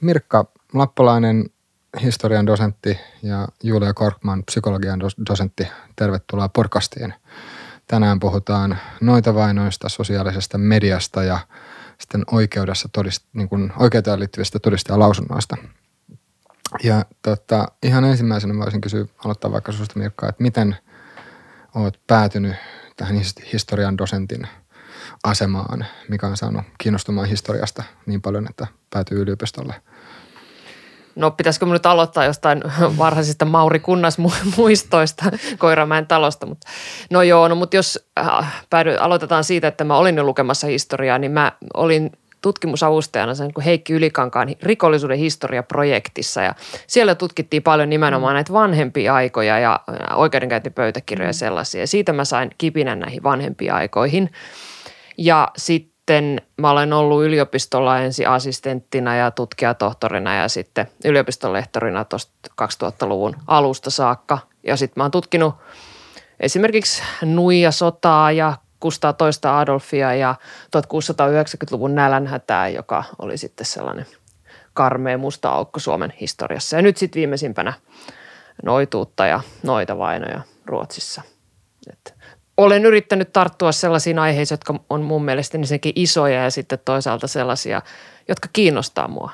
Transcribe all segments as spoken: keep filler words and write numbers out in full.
Mirkka Lappalainen, historian dosentti ja Julia Korkman, psykologian dosentti. Tervetuloa podcastiin. Tänään puhutaan noitavainoista, sosiaalisesta mediasta ja sitten oikeudessa todist, niin kuin oikeuteen liittyvistä todistajalausunnoista. Ja tota, ihan ensimmäisenä voisin kysyä, aloittaa vaikka sinusta Mirkka, että miten olet päätynyt tähän historian dosentin asemaan, mikä on saanut kiinnostumaan historiasta niin paljon, että päätyy yliopistolle? No pitäisikö minun nyt aloittaa jostain varhaisista Mauri Kunnas-muistoista Koiramäen talosta, mutta no joo, no mutta jos äh, päädy, aloitetaan siitä, että mä olin jo lukemassa historiaa, niin mä olin tutkimusavustajana sen kuin Heikki Ylikankaan rikollisuuden historiaprojektissa ja siellä tutkittiin paljon nimenomaan näitä vanhempia aikoja ja oikeudenkäyntipöytäkirjoja ja sellaisia. Ja siitä mä sain kipinän näihin vanhempiin aikoihin ja sitten Sitten mä olen ollut yliopistolla ensin assistenttina ja tutkijatohtorina ja sitten yliopistolehtorina tuosta kaksituhattaluvun alusta saakka. Ja sitten mä oon tutkinut esimerkiksi Nuija-sotaa ja Kustaa toista Adolfia ja tuhatkuusisataayhdeksänkymmentäluvun nälänhätää, joka oli sitten sellainen karmea musta aukko Suomen historiassa. Ja nyt sitten viimeisimpänä noituutta ja noitavainoja Ruotsissa. Että olen yrittänyt tarttua sellaisiin aiheisiin, jotka on mun mielestäni sekin isoja ja sitten toisaalta sellaisia, jotka kiinnostaa mua.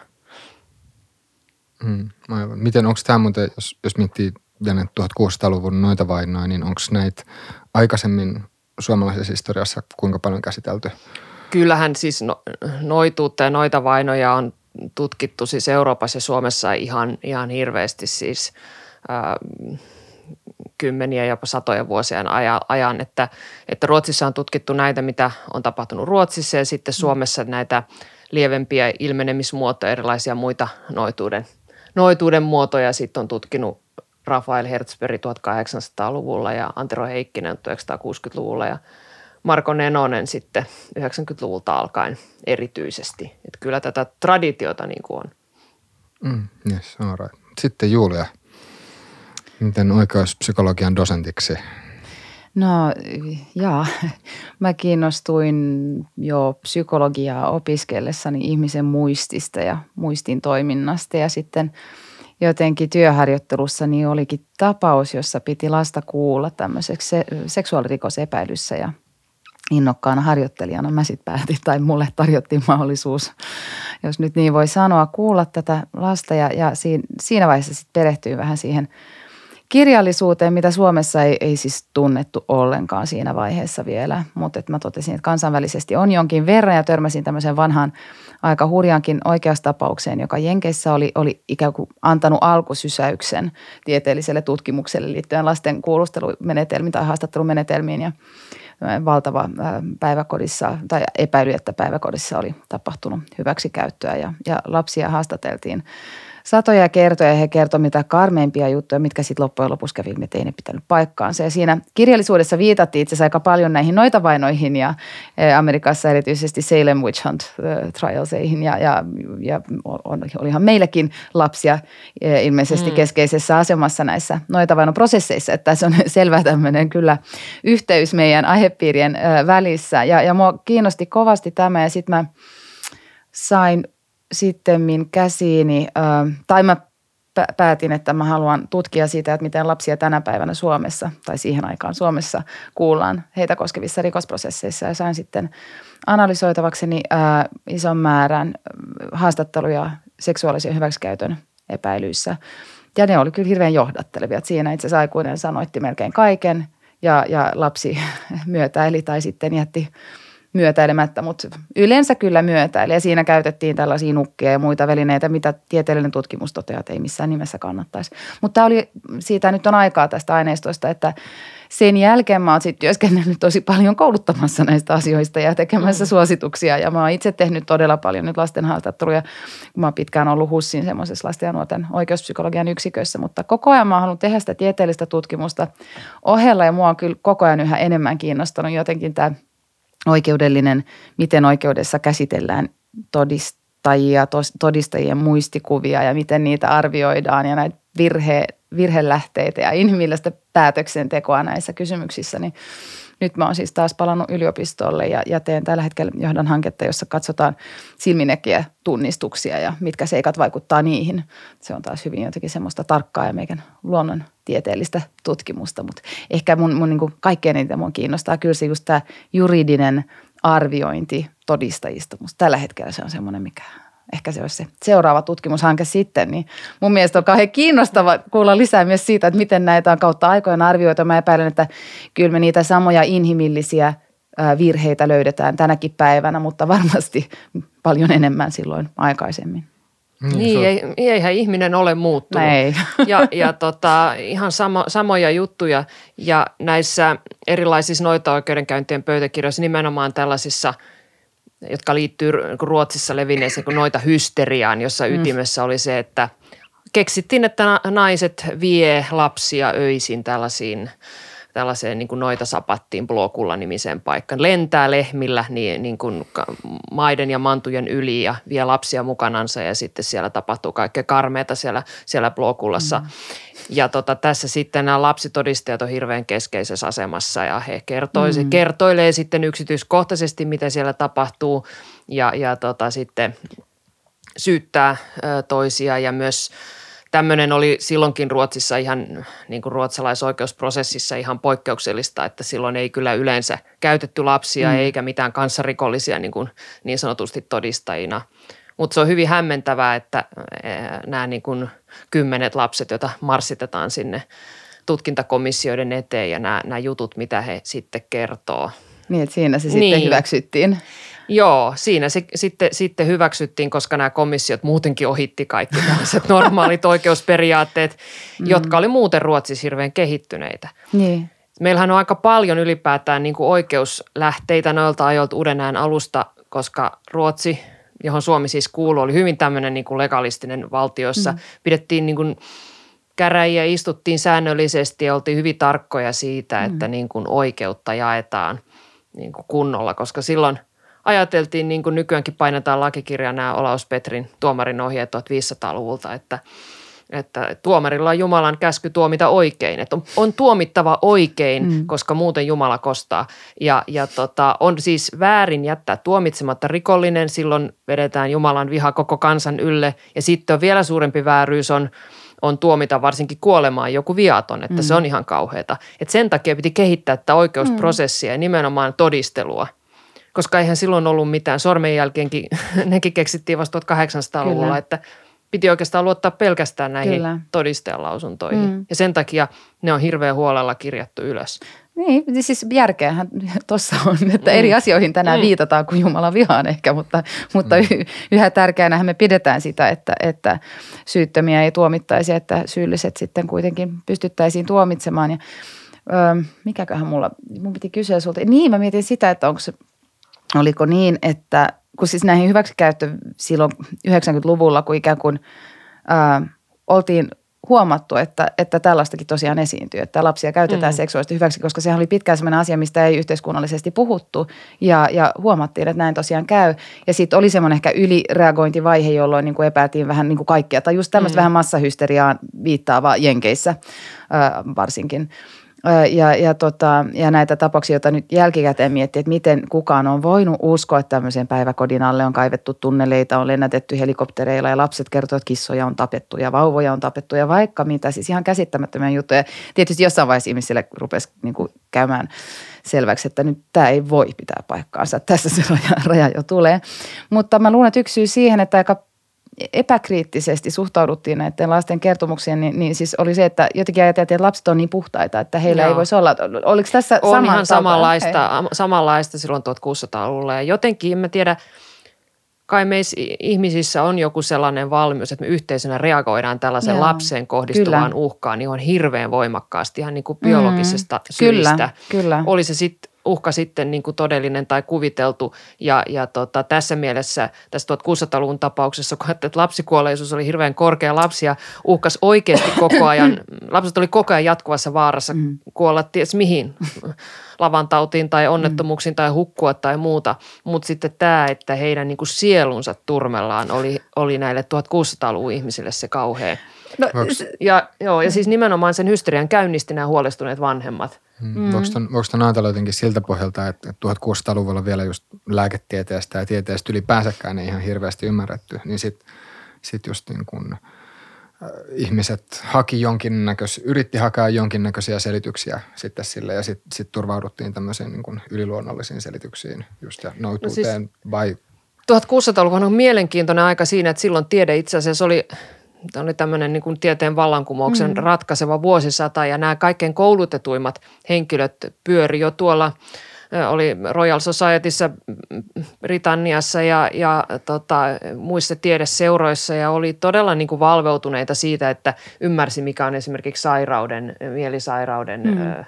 Hmm, aivan. Miten, onko tämä muuten, jos, jos miettii tuhatkuusisataaluvun noitavainoja, niin onko näitä aikaisemmin suomalaisessa historiassa kuinka paljon käsitelty? Kyllähän siis no, noituutta ja noitavainoja on tutkittu siis Euroopassa ja Suomessa ihan, ihan hirveästi siis äh, kymmeniä, jopa satoja vuosien ajan, että, että Ruotsissa on tutkittu näitä, mitä on tapahtunut Ruotsissa ja sitten Suomessa näitä lievempiä ilmenemismuotoja, erilaisia muita noituuden, noituuden muotoja. Sitten on tutkinut Rafael Hertzberg tuhatkahdeksansataaluvulla ja Antero Heikkinen tuhatyhdeksänsataakuusikymmentäluvulla ja Marko Nenonen sitten yhdeksänkymmentäluvulta alkaen erityisesti. Että kyllä tätä traditiota niin kuin on. Mm, yes, all right. Sitten Julia. Miten oikeuspsykologian dosentiksi? No jaa, mä kiinnostuin jo psykologiaa opiskellessani ihmisen muistista ja muistin toiminnasta ja sitten jotenkin työharjoittelussani olikin tapaus, jossa piti lasta kuulla tämmöiseksi seksuaalirikosepäilyssä ja innokkaana harjoittelijana mä sitten päätin tai mulle tarjottiin mahdollisuus, jos nyt niin voi sanoa, kuulla tätä lasta ja, ja siinä, siinä vaiheessa sitten perehtyin vähän siihen kirjallisuuteen, mitä Suomessa ei, ei siis tunnettu ollenkaan siinä vaiheessa vielä, mutta että mä totesin, että kansainvälisesti on jonkin verran ja törmäsin tämmöisen vanhaan aika hurjankin oikeustapaukseen, joka Jenkeissä oli, oli ikään kuin antanut alkusysäyksen tieteelliselle tutkimukselle liittyen lasten kuulustelumenetelmiin tai haastattelumenetelmiin ja valtava päiväkodissa tai epäily, että päiväkodissa oli tapahtunut hyväksikäyttöä ja, ja lapsia haastateltiin satoja kertoja ja he kertoi mitä karmeimpia juttuja, mitkä sitten loppujen lopuksi kävi, että ei ne pitänyt paikkaansa. Ja siinä kirjallisuudessa viitattiin itse asiassa aika paljon näihin noitavainoihin ja Amerikassa erityisesti Salem Witch Hunt trialseihin ja, ja, ja on, olihan meilläkin lapsia ilmeisesti mm. keskeisessä asemassa näissä noitavainoprosesseissa, että tässä on selvä tämmöinen kyllä yhteys meidän aihepiirien välissä ja, ja mua kiinnosti kovasti tämä ja sitten mä sain sittemmin käsiini, tai mä päätin, että mä haluan tutkia sitä, että miten lapsia tänä päivänä Suomessa tai siihen aikaan Suomessa kuullaan heitä koskevissa rikosprosesseissa ja sain sitten analysoitavakseni ison määrän haastatteluja seksuaalisen hyväksikäytön epäilyissä. Ja ne oli kyllä hirveän johdattelevia. Siinä itse asiassa aikuinen sanoitti melkein kaiken ja, ja lapsi myötäili tai sitten jätti myötäilemättä, mutta yleensä kyllä myötäili ja siinä käytettiin tällaisia nukkia ja muita välineitä, mitä tieteellinen tutkimus toteaa, että ei missään nimessä kannattaisi. Mutta tämä oli, siitä nyt on aikaa tästä aineistosta, että sen jälkeen mä oon sitten työskennellyt tosi paljon kouluttamassa näistä asioista ja tekemässä mm. suosituksia ja mä oon itse tehnyt todella paljon nyt lastenhaastatteluja, kun mä oon pitkään ollut HUSin semmoisessa lasten ja nuorten oikeuspsykologian yksikössä, mutta koko ajan mä oon halunnut tehdä sitä tieteellistä tutkimusta ohella ja mua on kyllä koko ajan yhä enemmän kiinnostanut jotenkin tämä oikeudellinen, miten oikeudessa käsitellään todistajia, todistajien muistikuvia ja miten niitä arvioidaan ja näitä virhe, virhelähteitä ja inhimillistä päätöksentekoa näissä kysymyksissä, niin nyt mä oon siis taas palannut yliopistolle ja, ja teen tällä hetkellä johdan hanketta, jossa katsotaan silminäkiä tunnistuksia ja mitkä seikat vaikuttaa niihin. Se on taas hyvin jotenkin semmoista tarkkaa ja meidän luonnontieteellistä tutkimusta, mutta ehkä mun, mun niin kuin kaikkein eniten mun kiinnostaa kyllä se just tämä juridinen arviointi todistajista. Musta tällä hetkellä se on semmoinen, mikä ehkä se olisi se seuraava tutkimushanke sitten, niin mun mielestä on kauhean kiinnostava kuulla lisää myös siitä, että miten näitä on kautta aikojen arvioitu. Mä epäilen, että kyllä me niitä samoja inhimillisiä virheitä löydetään tänäkin päivänä, mutta varmasti paljon enemmän silloin aikaisemmin. Niin, niin ei, eihän ihminen ole muuttunut. Ei. Ja, ja tota, ihan samo, samoja juttuja ja näissä erilaisissa noita-oikeudenkäyntien pöytäkirjoissa nimenomaan tällaisissa, jotka liittyy Ruotsissa levinneeseen kuin noita hysteriaan, jossa ytimessä oli se, että keksittiin, että naiset vie lapsia öisin tällaisiin tällaiseen niin kuin noita sapattiin Blokulla nimiseen paikkaan. Lentää lehmillä niin, niin kuin maiden ja mantujen yli ja vie lapsia mukanansa ja sitten siellä tapahtuu kaikkea karmeata siellä, siellä Blokullassa. Mm. Ja tota, tässä sitten nämä lapsitodistajat on hirveän keskeisessä asemassa ja he kertoisi, mm. kertoilee sitten yksityiskohtaisesti, mitä siellä tapahtuu ja, ja tota, sitten syyttää ö, toisia ja myös tämmöinen oli silloinkin Ruotsissa ihan niin kuin ruotsalaisoikeusprosessissa ihan poikkeuksellista, että silloin ei kyllä yleensä käytetty lapsia mm. eikä mitään kanssarikollisia niin, kuin niin sanotusti todistajina. Mutta se on hyvin hämmentävää, että nämä niin kuin kymmenet lapset, joita marssitetaan sinne tutkintakomissioiden eteen ja nämä, nämä jutut, mitä he sitten kertoo. Niin, että siinä se niin. sitten hyväksyttiin. Joo, siinä se sitten, sitten hyväksyttiin, koska nämä komissiot muutenkin ohitti kaikki tällaiset normaalit oikeusperiaatteet, mm. jotka oli muuten Ruotsissa hirveän kehittyneitä. Niin. Meillähän on aika paljon ylipäätään niin kuin oikeuslähteitä noilta ajoilta uuden alusta, koska Ruotsi, johon Suomi siis kuuluu, oli hyvin tämmöinen niin kuin legalistinen valtio, jossa mm. pidettiin niin kuin käräjiä, istuttiin säännöllisesti ja oltiin hyvin tarkkoja siitä, mm. että niin kuin oikeutta jaetaan niin kuin kunnolla, koska silloin ajateltiin, niin kuin nykyäänkin painetaan lakikirjaa nämä Olaus Petrin tuomarin ohjeet viisitoistasataluvulta, että, että tuomarilla on Jumalan käsky tuomita oikein. Että on, on tuomittava oikein, mm. koska muuten Jumala kostaa. Ja, ja tota, on siis väärin jättää tuomitsematta rikollinen, silloin vedetään Jumalan viha koko kansan ylle. Ja sitten on vielä suurempi vääryys on, on tuomita varsinkin kuolemaan joku viaton, että mm. se on ihan kauheata. Et sen takia piti kehittää tätä oikeusprosessia mm. ja nimenomaan todistelua. Koska eihän silloin ollut mitään. Sormenjälkeenkin, nekin keksittiin vasta tuhatkahdeksansataaluvulla, Kyllä. että piti oikeastaan luottaa pelkästään näihin Kyllä. todistajalausuntoihin. Mm. Ja sen takia ne on hirveän huolella kirjattu ylös. Niin, siis järkeähän tuossa on, että mm. eri asioihin tänään mm. viitataan kuin Jumalan vihaan ehkä, mutta, mutta mm. yhä tärkeänähän me pidetään sitä, että, että syyttömiä ei tuomittaisi, että syylliset sitten kuitenkin pystyttäisiin tuomitsemaan. Ja, öö, mikäköhän mulla, mun piti kysyä sulta. Niin, mä mietin sitä, että onko se Oliko niin, että kun siis näihin hyväksikäyttö silloin yhdeksänkymmentäluvulla, kun ikään kuin ää, oltiin huomattu, että, että tällaistakin tosiaan esiintyy, että lapsia käytetään mm. seksuaalisesti hyväksi, koska sehän oli pitkään sellainen asia, mistä ei yhteiskunnallisesti puhuttu ja, ja huomattiin, että näin tosiaan käy. Ja sitten oli semmoinen ehkä ylireagointivaihe, jolloin niin kuin epäiltiin vähän niin kuin kaikkea tai just tämmöistä mm. vähän massahysteriaan viittaavaa Jenkeissä ää, varsinkin. Ja, ja, tota, ja näitä tapauksia, joita nyt jälkikäteen miettii, että miten kukaan on voinut uskoa, että tämmöiseen päiväkodin alle on kaivettu tunneleita, on lennätetty helikoptereilla ja lapset kertovat, että kissoja on tapettu ja vauvoja on tapettu ja vaikka mitä. Siis ihan käsittämättömiä juttuja. Tietysti jossain vaiheessa ihmisille rupesi niin kuin käymään selväksi, että nyt tämä ei voi pitää paikkaansa. Tässä se raja, raja jo tulee. Mutta mä luulen, että yksi syy siihen, että aika epäkriittisesti suhtauduttiin näiden lasten kertomuksiin, niin, niin siis oli se, että jotenkin ajateltiin, että lapset on niin puhtaita, että heillä Joo. ei voisi olla. Oliko tässä on saman ihan samanlaista, samanlaista silloin tuhatkuusisataaluvulla ja jotenkin, en mä tiedä, kai meissä ihmisissä on joku sellainen valmius, että me yhteisönä reagoidaan tällaisen Joo. lapseen kohdistuvaan kyllä. uhkaan, niin on hirveän voimakkaasti ihan niin kuin biologisesta mm, syistä. Kyllä, kyllä. Oli se sitten uhka sitten niin kuin todellinen tai kuviteltu ja, ja tota, tässä mielessä tässä tuhatkuusisataaluvun tapauksessa, kun että lapsikuolleisuus oli hirveän korkea, lapsia uhkas oikeasti koko ajan, lapset oli koko ajan jatkuvassa vaarassa mm. kuolla ties mihin, lavantautiin tai onnettomuuksiin tai hukkua tai muuta, mutta sitten tämä, että heidän niin kuin sielunsa turmellaan oli, oli näille tuhatkuusisataaluvun ihmisille se kauhea. No, ja, joo, ja siis nimenomaan sen hysterian käynnisti nämä huolestuneet vanhemmat. Mm. Voiko ton, voiko ton ajatella jotenkin siltä pohjalta, että tuhatkuusisataaluvulla vielä just lääketieteestä ja tieteestä ylipäänsäkään ei ihan hirveästi ymmärretty, niin sitten sit just niin kuin äh, ihmiset haki jonkinnäköisiä, yritti hakea jonkinnäköisiä selityksiä sitten sille ja sitten sit turvauduttiin tämmöisiin niin kuin yliluonnollisiin selityksiin just ja noituuteen no siis vai? tuhatkuusisataaluku on mielenkiintoinen aika siinä, että silloin tiede itse asiassa oli oli tämmöinen niin kuin tieteen vallankumouksen mm. ratkaiseva vuosisata ja nämä kaikkein koulutetuimmat henkilöt pyöri jo tuolla, oli Royal Societyssä Britanniassa ja, ja tota, muissa tiedeseuroissa ja oli todella niin kuin valveutuneita siitä, että ymmärsi mikä on esimerkiksi sairauden, mielisairauden, mm.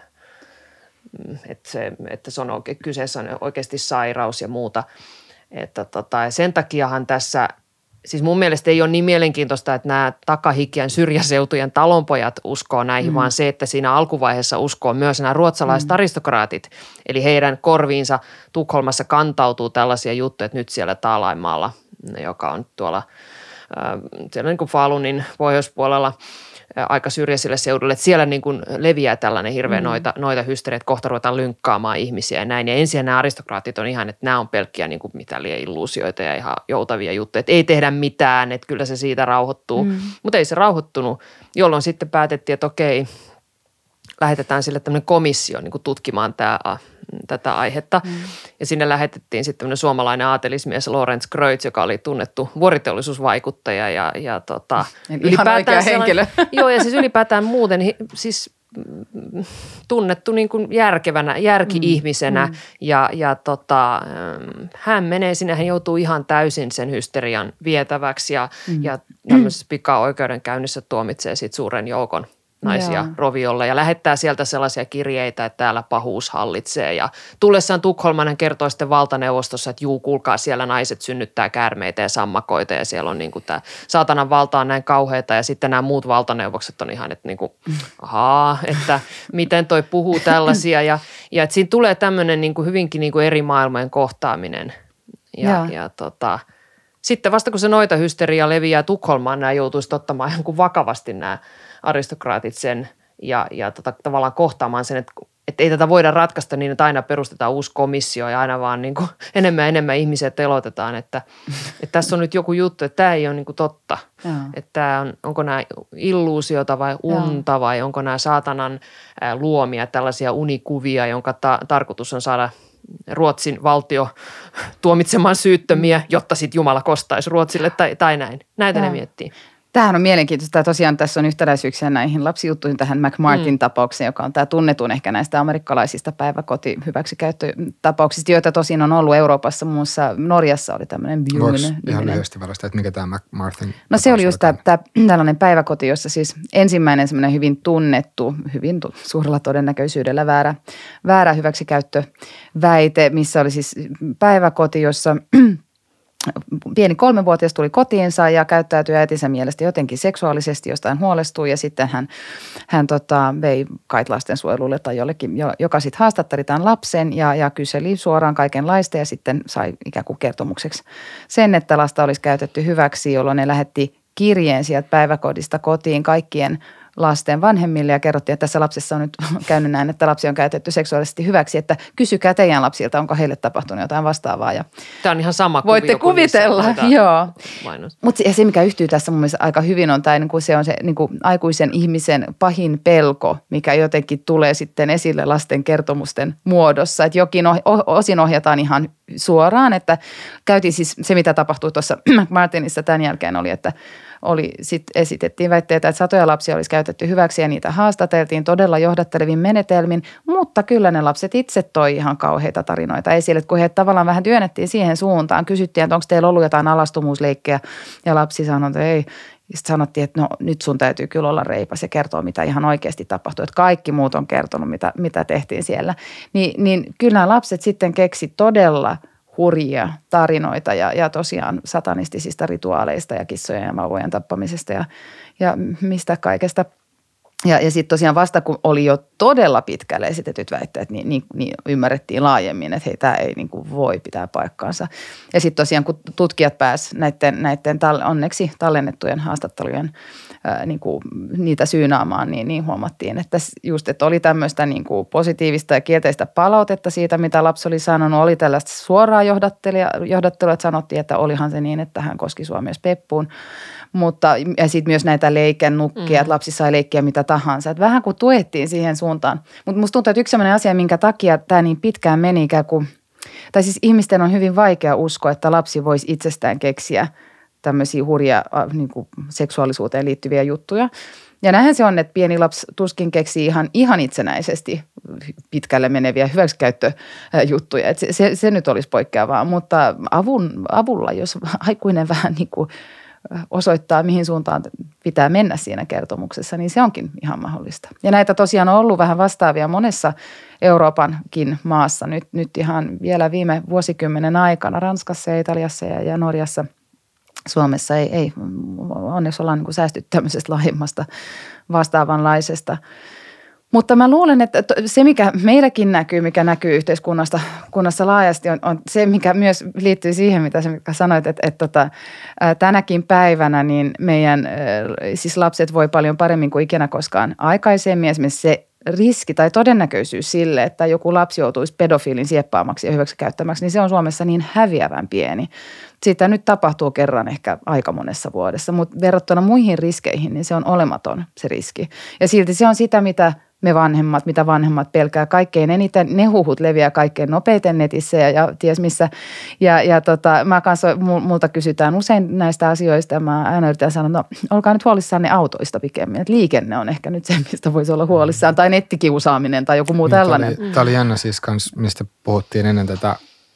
että, se, että se on oikein, kyseessä on oikeasti sairaus ja muuta. Että tota, ja sen takiahan tässä siis mun mielestä ei ole niin mielenkiintoista, että nämä takahikiän syrjäseutujen talonpojat uskoo näihin, mm. vaan se, että siinä alkuvaiheessa uskoo myös nämä ruotsalaiset mm. aristokraatit. Eli heidän korviinsa Tukholmassa kantautuu tällaisia juttuja, että nyt siellä Taalaimaalla, joka on tuolla äh, siellä niin kuin Falunin pohjoispuolella äh, aika syrjäisille seudulle, että siellä niin kuin leviää tällainen hirveä mm. noita, noita hysteeriä, että kohta ruvetaan lynkkaamaan ihmisiä ja näin. Ja ensin nämä aristokraatit on ihan, että nämä on pelkkiä niin kuin mitä liian illuusioita ja ihan joutavia juttuja, että ei tehdä mitään, että kyllä se siitä rauhoittuu. Mm. Mutta ei se rauhoittunut, jolloin sitten päätettiin, että okei, lähetetään sille tämmöinen komissio niin kuin tutkimaan tämä, tätä aihetta. Mm. Ja sinne lähetettiin sitten tämmöinen suomalainen aatelismies Lorenz Kreutz, joka oli tunnettu vuoriteollisuusvaikuttaja ja, ja tota, ylipäätään henkilö. Joo, ja siis ylipäätään muuten siis tunnettu niin kuin järkevänä, järki-ihmisenä mm. ja, ja tota, hän menee sinne, hän joutuu ihan täysin sen hysterian vietäväksi ja, mm. ja tämmöisessä pika-oikeudenkäynnissä tuomitsee sitten suuren joukon naisia Jaa. roviolle ja lähettää sieltä sellaisia kirjeitä, että täällä pahuus hallitsee. Ja tullessaan Tukholman hän kertoi sitten valtaneuvostossa, että juu, kuulkaa, siellä naiset synnyttää käärmeitä ja sammakoita ja siellä on niin kuin tämä saatanan valta on näin kauheata ja sitten nämä muut valtaneuvokset on ihan, että niin kuin, ahaa, että miten toi puhuu tällaisia ja, ja että siinä tulee tämmöinen niin kuin hyvinkin niin kuin eri maailmojen kohtaaminen ja, ja. ja tota, sitten vasta kun se noita hysteria leviää Tukholmaan, nämä joutuisi ottamaan jonkun vakavasti nämä aristokraatit sen ja, ja tota, tavallaan kohtaamaan sen, että, että ei tätä voida ratkaista niin, että aina perustetaan uusi komissio ja aina vaan niin kuin enemmän ja enemmän ihmisiä telotetaan, että, että tässä on nyt joku juttu, että tämä ei ole niin kuin totta. Jaa. Että tämä on, onko nämä illuusiota vai unta Jaa. vai onko nämä saatanan ää, luomia tällaisia unikuvia, jonka ta- tarkoitus on saada Ruotsin valtio tuomitsemaan syyttömiä, jotta sitten Jumala kostaisi Ruotsille tai, tai näin. Näitä Jaa. ne miettii. Tämähän on mielenkiintoista. Tosiaan tässä on yhtäläisyyksiä näihin lapsijuttuihin tähän McMartin-tapaukseen, joka on tämä tunnetun ehkä näistä amerikkalaisista päiväkotihyväksikäyttötapauksista, joita tosin on ollut Euroopassa. Muun muassa Norjassa oli tämmöinen Björn. Voiko ihan lyhyesti varastaa, että mikä tämä McMartin No se oli just tämä, tämä tällainen päiväkoti, jossa siis ensimmäinen semmoinen hyvin tunnettu, hyvin suurella todennäköisyydellä väärä, väärä hyväksikäyttöväite, missä oli siis päiväkoti, jossa pieni kolmevuotias tuli kotiinsa ja käyttäytyi äitinsä mielestä jotenkin seksuaalisesti, jostain huolestui ja sitten hän, hän tota, vei kait lastensuojelulle tai jollekin, joka sitten haastatteli tämän lapsen ja, ja kyseli suoraan kaikenlaista ja sitten sai ikään kuin kertomukseksi sen, että lasta olisi käytetty hyväksi, jolloin ne lähetti kirjeen sieltä päiväkodista kotiin kaikkien lasten vanhemmille ja kerrottiin, että tässä lapsessa on nyt käynyt näin, että lapsi on käytetty seksuaalisesti hyväksi, että kysykää teidän lapsilta, onko heille tapahtunut jotain vastaavaa. Ja tämä on ihan sama kuvio. Voitte kuvitella, joo. Mutta se, mikä yhtyy tässä mun mielestä aika hyvin on tämä, niin kuin se on se niin kuin aikuisen ihmisen pahin pelko, mikä jotenkin tulee sitten esille lasten kertomusten muodossa, että jokin osin ohjataan ihan suoraan, että käytiin siis se, mitä tapahtui tuossa McMartinissa tämän jälkeen oli, että oli sitten esitettiin väitteitä, että satoja lapsia olisi käytetty hyväksi ja niitä haastateltiin todella johdattelevin menetelmin, mutta kyllä ne lapset itse toi ihan kauheita tarinoita esille, kun he tavallaan vähän työnnettiin siihen suuntaan. Kysyttiin, että onko teillä ollut jotain alastumuusleikkejä ja lapsi sanoi, että ei. Sitten sanottiin, että no nyt sun täytyy kyllä olla reipas ja kertoa, mitä ihan oikeasti tapahtui. Että kaikki muut on kertonut, mitä, mitä tehtiin siellä. Ni, niin kyllä nämä lapset sitten keksi todella hurjia tarinoita ja, ja tosiaan satanistisista rituaaleista ja kissojen ja vauvojen tappamisesta ja, ja mistä kaikesta Ja, ja sitten tosiaan vasta kun oli jo todella pitkälle esitetyt väitteet, niin, niin, niin ymmärrettiin laajemmin, että hei, tämä ei niin kuin voi pitää paikkaansa. Ja sitten tosiaan kun tutkijat pääsivät näiden, näiden onneksi tallennettujen haastattelujen ää, niin kuin niitä syynaamaan, niin, niin huomattiin, että just, että oli tämmöistä niin kuin positiivista ja kielteistä palautetta siitä, mitä lapsi oli sanonut. Oli tällaista suoraa johdattelua, että sanottiin, että olihan se niin, että hän koski sua myös peppuun. Mutta, ja sitten myös näitä leikennukkia, mm. että lapsi sai leikkiä mitä tahansa. Että vähän kuin tuettiin siihen suuntaan. Mutta musta tuntuu, että yksi sellainen asia, minkä takia tämä niin pitkään meni ikään kuin, tai siis ihmisten on hyvin vaikea uskoa, että lapsi voisi itsestään keksiä tämmöisiä hurjia niin kuin seksuaalisuuteen liittyviä juttuja. Ja näinhän se on, että pieni lapsi tuskin keksii ihan, ihan itsenäisesti pitkälle meneviä hyväksikäyttöjuttuja. Että se, se, se nyt olisi poikkeavaa, mutta avun, avulla, jos aikuinen vähän niin kuin osoittaa, mihin suuntaan pitää mennä siinä kertomuksessa, niin se onkin ihan mahdollista. Ja näitä tosiaan on ollut vähän vastaavia monessa Euroopankin maassa. Nyt, nyt ihan vielä viime vuosikymmenen aikana Ranskassa ja Italiassa ja, ja Norjassa, Suomessa ei, ei onneksi ollaan niin kuin säästyt tämmöisestä laajemmasta vastaavanlaisesta. Mutta mä luulen, että se, mikä meilläkin näkyy, mikä näkyy yhteiskunnasta kunnassa laajasti, on, on se, mikä myös liittyy siihen, mitä sä sanoit, että, että, että tänäkin päivänä niin meidän siis lapset voi paljon paremmin kuin ikinä koskaan aikaisemmin. Esimerkiksi se riski tai todennäköisyys sille, että joku lapsi joutuisi pedofiilin sieppaamaksi ja hyväksikäyttämäksi, niin se on Suomessa niin häviävän pieni. Siitä nyt tapahtuu kerran ehkä aika monessa vuodessa, mutta verrattuna muihin riskeihin, niin se on olematon se riski. Ja silti se on sitä, mitä me vanhemmat, mitä vanhemmat pelkää kaikkein eniten. Ne huhut leviää kaikkein nopeiten netissä ja, ja ties missä. Ja, ja tota, mä kanssa, multa kysytään usein näistä asioista ja mä aina yritän sanoa, no olkaa nyt huolissaan ne autoista pikemmin. Että liikenne on ehkä nyt se, mistä voisi olla huolissaan. Tai nettikiusaaminen tai joku muu niin, tällainen. Tämä oli, tämä oli jännä siis kans, mistä puhuttiin ennen tätä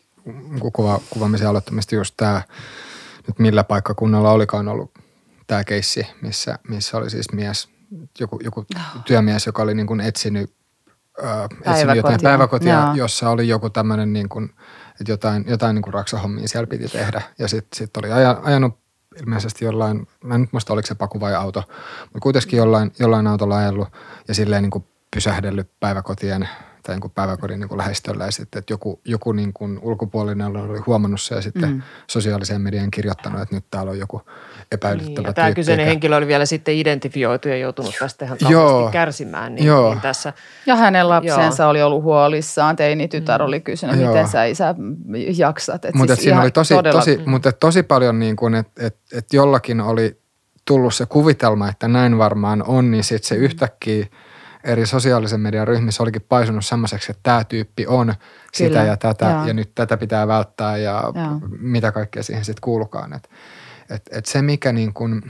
kuva, kuvaamisen aloittamista just tämä, nyt millä paikkakunnalla olikaan ollut tämä keissi, missä, missä oli siis mies, joku, joku työmies, joka oli niin kuin etsinyt, äh, etsinyt jotain päiväkotia, Jaa. jossa oli joku tämmöinen, niin kuin, että jotain, jotain niin kuin raksahommia siellä piti tehdä. Ja sitten sit oli ajanut ilmeisesti jollain, mä en nyt muista oliko se paku vai auto, mutta kuitenkin jollain, jollain autolla ajellut ja silleen niin kuin pysähdellyt päiväkotien tai niin kuin päiväkodin niin kuin lähestöllä ja sitten, että joku, joku niin kuin ulkopuolinen oli huomannut se ja sitten mm. sosiaaliseen mediaan kirjoittanut, että nyt täällä on joku epäilyttävä niin, tyyppi. Tämä kyseinen henkilö oli vielä sitten identifioitu ja joutunut tästä ihan kauheasti kärsimään. Niin, niin tässä, ja hänen lapsensa joo. oli ollut huolissaan, teini-tytär mm. oli kysynyt, joo. miten sä isä jaksat. Mutta siis siinä oli tosi, todella... tosi, mm. mutta tosi paljon niin kuin, että et, et jollakin oli tullut se kuvitelma, että näin varmaan on, niin sitten se yhtäkkiä eri sosiaalisen median ryhmissä olikin paisunut semmoiseksi, että tämä tyyppi on Kyllä. sitä ja tätä ja. ja nyt tätä pitää välttää ja, ja. mitä kaikkea siihen sitten kuulukaan. Että et, et se, mikä niin kuin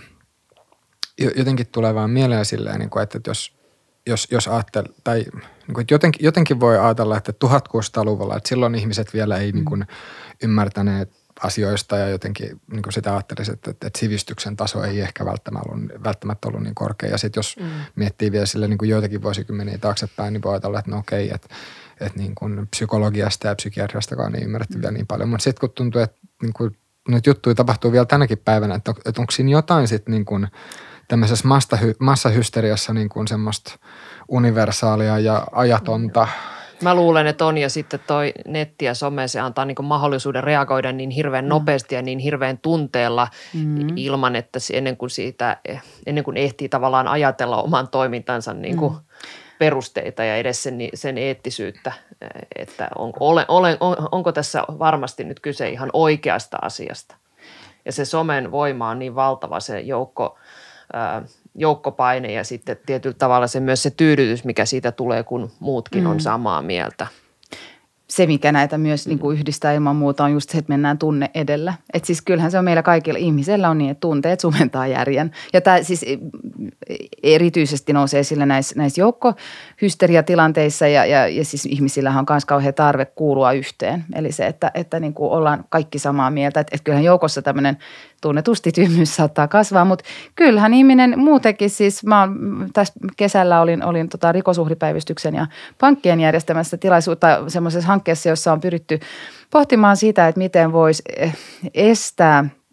jotenkin tulee vaan mieleen silleen, niin kuin, että jos, jos, jos ajattel, tai niin kuin, että jotenkin, jotenkin voi ajatella, että tuhatkuusisataaluvulla, että silloin ihmiset vielä ei mm. niin kuin ymmärtäneet asioista ja jotenkin niin kuin sitä ajattelisi, että, että sivistyksen taso ei ehkä välttämättä ollut, välttämättä ollut niin korkea. Ja sitten jos mm. miettii vielä sille niin kuin joitakin vuosikymmeniä taaksepäin, niin voi ajatella, että no okei, että, että niin kuin psykologiasta ja psykiatriastakaan ei ymmärretty mm. vielä niin paljon. Mutta sitten kun tuntuu, että niin kuin nyt juttuja tapahtuu vielä tänäkin päivänä, että, että onko siinä jotain sitten niin kuin tämmöisessä massahysteriassa niin kuin semmoista universaalia ja ajatonta. Mä luulen, että on ja sitten toi netti ja some, se antaa niin kuin mahdollisuuden reagoida niin hirveän nopeasti ja niin hirveän tunteella mm. ilman, että ennen kuin, siitä, ennen kuin ehtii tavallaan ajatella oman toimintansa niin kuin mm. perusteita ja edes sen, sen eettisyyttä, että on, olen, olen, on, onko tässä varmasti nyt kyse ihan oikeasta asiasta. Ja se somen voima on niin valtava se joukko, ää, joukkopaine ja sitten tietyllä tavalla se myös se tyydytys, mikä siitä tulee, kun muutkin mm. on samaa mieltä. Se, mikä näitä myös niin kuin yhdistää ilman muuta, on just se, että mennään tunne edellä. Että siis kyllähän se on meillä kaikilla ihmisellä on niin, että tunteet sumentaa järjen. Ja tämä siis erityisesti nousee esille näissä, näissä joukkohysteriatilanteissa ja, ja, ja siis ihmisillähän on myös kauhean tarve kuulua yhteen. Eli se, että, että niin kuin ollaan kaikki samaa mieltä. Että, että kyllähän joukossa tämmöinen tunnetusti tyhmyys saattaa kasvaa, mutta kyllähän ihminen muutenkin siis, mä tässä kesällä olin, olin tota rikosuhripäivystyksen ja pankkien järjestämässä tilaisuutta semmoisessa hankkeessa, jossa on pyritty pohtimaan sitä, että miten voisi estää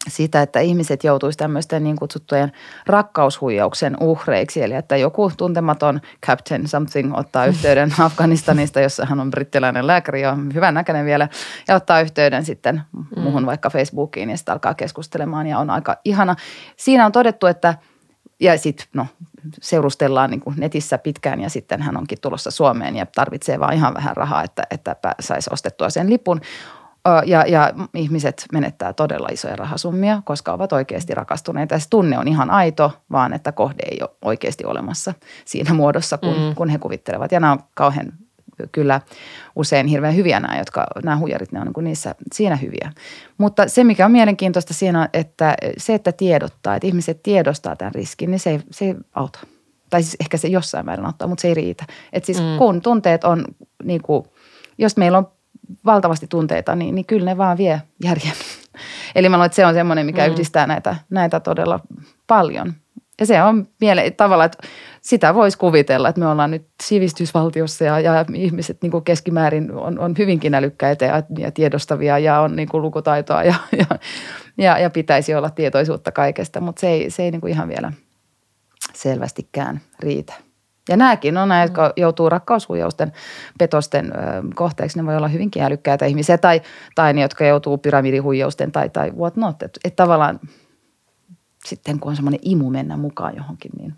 sitä, että ihmiset joutuisi tämmöisten niin kutsuttujen rakkaushuijauksen uhreiksi. Eli että joku tuntematon Captain Something ottaa yhteyden Afganistanista, jossa hän on brittiläinen lääkäri ja on hyvän näköinen vielä, ja ottaa yhteyden sitten muuhun vaikka Facebookiin ja sitten alkaa keskustelemaan ja on aika ihana. Siinä on todettu, että ja sitten no, seurustellaan niin kuin netissä pitkään ja sitten hän onkin tulossa Suomeen ja tarvitsee vaan ihan vähän rahaa, että, että saisi ostettua sen lipun. Ja, ja ihmiset menettää todella isoja rahasummia, koska ovat oikeasti rakastuneita. Ja se tunne on ihan aito, vaan että kohde ei ole oikeasti olemassa siinä muodossa, kun, mm. kun he kuvittelevat. Ja nämä on kauhean kyllä usein hirveän hyviä nämä, jotka, nämä huijarit, ne on niin kuin niissä siinä hyviä. Mutta se, mikä on mielenkiintoista siinä, että se, että tiedottaa, että ihmiset tiedostaa tämän riskin, niin se ei, se ei auta. Tai siis ehkä se jossain määrin auttaa, mutta se ei riitä. Että siis mm. kun tunteet on niin kuin, jos meillä on valtavasti tunteita, niin, niin kyllä ne vaan vie järjen. Eli mä luulen, että se on semmoinen, mikä mm. yhdistää näitä, näitä todella paljon. Ja se on miele- tavallaan, että sitä voisi kuvitella, että me ollaan nyt sivistysvaltiossa ja, ja ihmiset niin kuin keskimäärin on, on hyvinkin älykkäitä ja, ja tiedostavia ja on niin kuin lukutaitoa ja, ja, ja, ja pitäisi olla tietoisuutta kaikesta, mutta se ei, se ei niin kuin ihan vielä selvästikään riitä. Ja nämäkin on nämä, jotka joutuu rakkaushuijausten, petosten ö, kohteeksi. Ne voi olla hyvinkin älykkäitä ihmisiä tai, tai ne, jotka joutuu pyramidihuijausten tai, tai what not. Että et tavallaan sitten kun on semmoinen imu mennä mukaan johonkin, niin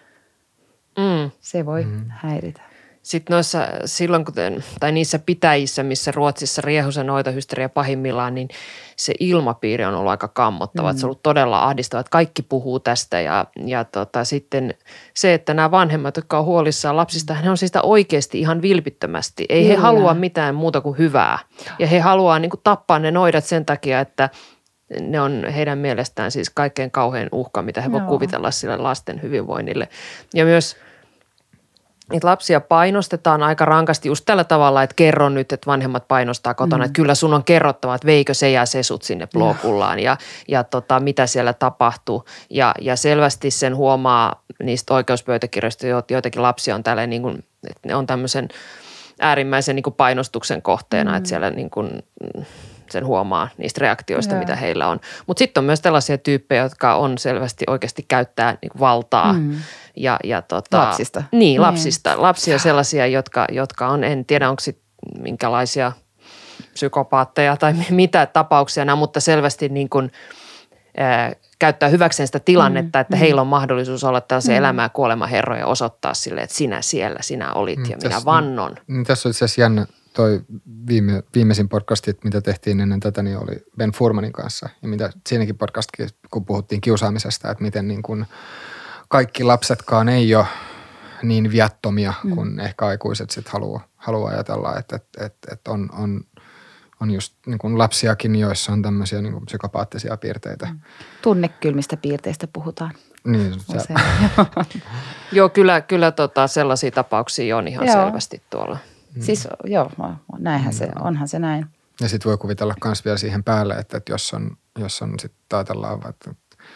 mm. se voi mm. häiritä. Sitten noissa silloin, kuten, tai niissä pitäjissä, missä Ruotsissa riehu se noitahysteria pahimmillaan, niin se ilmapiiri on ollut aika kammottava. Mm. Se on ollut todella ahdistava, että kaikki puhuu tästä ja, ja tota, sitten se, että nämä vanhemmat, jotka on huolissaan lapsista, he on siis sitä oikeasti ihan vilpittömästi. Ei Kyllä. he halua mitään muuta kuin hyvää ja he haluaa niin kuin tappaa ne noidat sen takia, että ne on heidän mielestään siis kaikkein kauhein uhka, mitä he voi kuvitella sille lasten hyvinvoinnille. Ja myös niitä lapsia painostetaan aika rankasti just tällä tavalla, että kerro nyt, että vanhemmat painostaa kotona, mm. että kyllä sun on kerrottava, että veikö se ja se sut sinne blokullaan ja, ja tota, mitä siellä tapahtuu. Ja, ja selvästi sen huomaa niistä oikeuspöytäkirjoista, joitakin lapsia on tälleen niin kuin, että ne on tämmöisen äärimmäisen niin kuin painostuksen kohteena, mm. että siellä niin kuin sen huomaa niistä reaktioista, Joo. mitä heillä on. Mutta sitten on myös tällaisia tyyppejä, jotka on selvästi oikeasti käyttää niin kuin valtaa. Mm. Ja, ja tota, lapsista. Niin, lapsista. Mm. Lapsia sellaisia, jotka, jotka on, en tiedä onko sitten minkälaisia psykopaatteja tai mitä tapauksia nämä, mutta selvästi niin kuin, ää, käyttää hyväkseen sitä tilannetta, mm. että mm. heillä on mahdollisuus olla tällaisia mm. elämää kuolemaherroja ja osoittaa sille, että sinä siellä, sinä olit mm, ja minä tässä, vannon. Niin, tässä on itse asiassa jännä. Toi viime, viimeisin podcasti, mitä tehtiin ennen tätä, niin oli Ben Furmanin kanssa. Ja mitä siinäkin podcastkin, kun puhuttiin kiusaamisesta, että miten niin kuin kaikki lapsetkaan ei ole niin viattomia mm. kuin ehkä aikuiset sitten haluaa, haluaa ajatella, että, että, että, että on, on, on just niin kuin lapsiakin, joissa on tämmöisiä niin kuin psykopaattisia piirteitä. Mm. Tunnekylmistä piirteistä puhutaan. Niin, se. Joo, kyllä, kyllä tota, sellaisia tapauksia on ihan Joo. selvästi tuolla. Mm. Siis joo, näinhän mm. se, onhan se näin. Ja sitten voi kuvitella myös vielä siihen päälle, että, että jos on, jos on sitten ajatellaan, että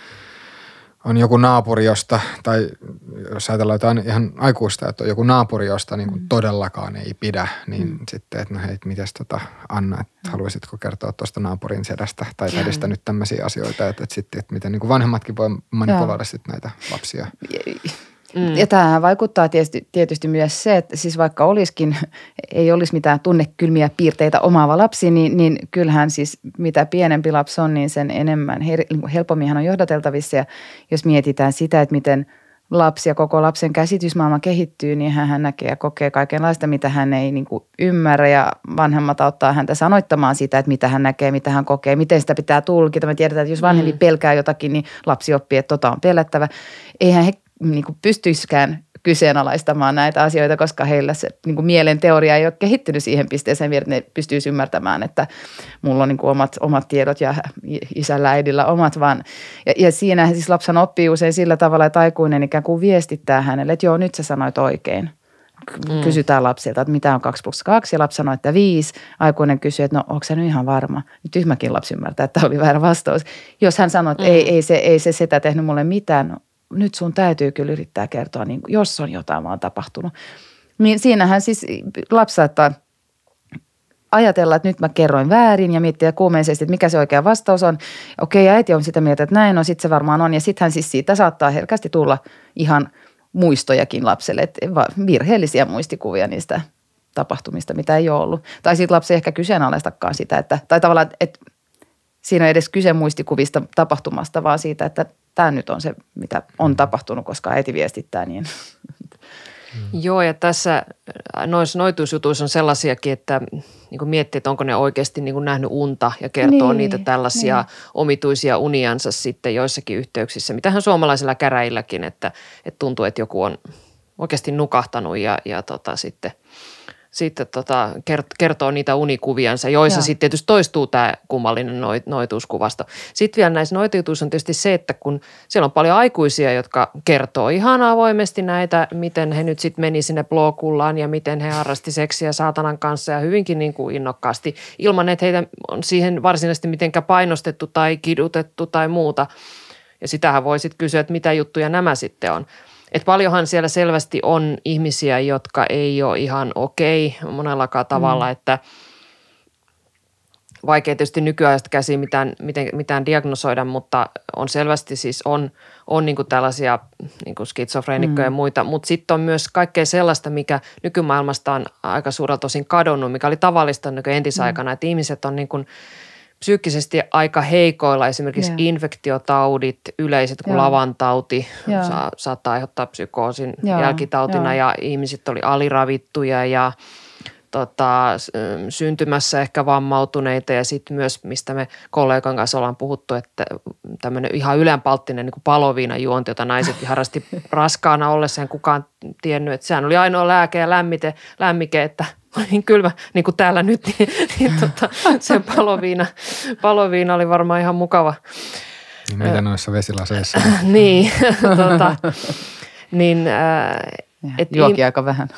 on joku naapuri, josta, tai jos ajatellaan jotain ihan aikuista, että on joku naapuri, josta niin kuin mm. todellakaan ei pidä, niin mm. sitten, että no hei, mites tota Anna, että mm. haluaisitko kertoa tuosta naapurin sedästä tai tädistä nyt tämmöisiä asioita, että, että sitten, että miten niin kuin vanhemmatkin voi manipuloida sitten näitä lapsia. Mm. Ja tämähän vaikuttaa tietysti, tietysti myös se, että siis vaikka olisikin, ei olisi mitään tunnekylmiä piirteitä omaava lapsi, niin, niin kyllähän siis mitä pienempi lapsi on, niin sen enemmän helpommin hän on johdateltavissa. Ja jos mietitään sitä, että miten lapsi ja koko lapsen käsitysmaailma kehittyy, niin hän näkee ja kokee kaikenlaista, mitä hän ei niin kuin ymmärrä. Ja vanhemmat auttaa häntä sanoittamaan sitä, että mitä hän näkee, mitä hän kokee, miten sitä pitää tulkita. Me tiedetään, että jos vanhempi mm. pelkää jotakin, niin lapsi oppii, että tota on pelättävä. Eihän he niin kuin pystyisikään kyseenalaistamaan näitä asioita, koska heillä se niin kuin mielen teoria ei ole kehittynyt siihen pisteeseen, että ne pystyisi ymmärtämään, että mulla on niin kuin omat, omat tiedot ja isällä äidillä omat vaan. Ja, ja siinä siis lapsen oppii usein sillä tavalla, että aikuinen ikään kuin viestittää hänelle, että joo, nyt sä sanoit oikein. Mm. Kysytään lapsilta, että mitä on kaksi plus kaksi ja lapsi sanoo, että viisi. Aikuinen kysyy, että no onko se nyt ihan varma? Nyt tyhmäkin lapsi ymmärtää, että oli väärä vastaus. Jos hän sanoo, että mm. ei, ei, se, ei se sitä tehnyt mulle mitään, no, nyt sun täytyy kyllä yrittää kertoa, niin jos on jotain vaan tapahtunut. Niin siinähän siis lapsi saattaa ajatella, että nyt mä kerroin väärin ja miettiä kuumeisesti, että mikä se oikea vastaus on. Okei, äiti on sitä mieltä, että näin on, sitten se varmaan on. Ja sittenhän siis siitä saattaa herkästi tulla ihan muistojakin lapselle, että virheellisiä muistikuvia niistä tapahtumista, mitä ei ole ollut. Tai sitten lapsi ehkä kyseenalaistakaan sitä, että, tai tavallaan, että siinä on edes kyse muistikuvista tapahtumasta, vaan siitä, että tämä nyt on se, mitä on tapahtunut, koska äiti viestittää niin. Joo, ja tässä noissa noituusjutuissa on sellaisiakin, että niin kuin miettii, että onko ne oikeasti niin kuin nähnyt unta ja kertoo niin, niitä tällaisia niin. omituisia uniansa sitten joissakin yhteyksissä. Mitähän suomalaisilla käräjilläkin, että, että tuntuu, että joku on oikeasti nukahtanut ja, ja tota, sitten, sitten tota, kertoo niitä unikuviansa, joissa Joo. sitten tietysti toistuu tämä kummallinen noituuskuvasto. Sitten vielä näissä noituutuissa on tietysti se, että kun siellä on paljon aikuisia, jotka kertoo ihan avoimesti näitä, miten he nyt sitten meni sinne Blåkullaan ja miten he harrasti seksiä saatanan kanssa ja hyvinkin niin kuin innokkaasti, ilman että heitä on siihen varsinaisesti mitenkään painostettu tai kidutettu tai muuta. Ja sitähän voi sitten kysyä, että mitä juttuja nämä sitten on. Että paljonhan siellä selvästi on ihmisiä, jotka ei ole ihan okei monellakaan tavalla, mm. että vaikea tietysti nykyajasta käsiin mitään, miten, mitään diagnosoida, mutta on selvästi siis on, on niin kuin tällaisia niin kuin skitsofreenikkoja mm. ja muita, mutta sitten on myös kaikkea sellaista, mikä nykymaailmasta on aika suurelta osin kadonnut, mikä oli tavallista niin kuin entisaikana, mm. että ihmiset on niin kuin psyykkisesti aika heikoilla, esimerkiksi yeah. infektiotaudit, yleiset kuin yeah. lavantauti, yeah. sa- saattaa aiheuttaa psykoosin yeah. jälkitautina yeah. ja ihmiset oli aliravittuja ja tota, syntymässä ehkä vammautuneita ja sitten myös, mistä me kollegan kanssa ollaan puhuttu, että tämmöinen ihan ylenpalttinen niin kuin paloviinajuonti, jota naiset harrasti raskaana ollessaan, kukaan tiennyt, että sehän oli ainoa lääke ja lämmite, lämmike, että niin kylmä, niin kuin täällä nyt, niin, niin tota, se paloviina, paloviina oli varmaan ihan mukava. Niin meitä noissa vesilaseissa. niin, tota, niin. Äh, et juokin im- aika vähän.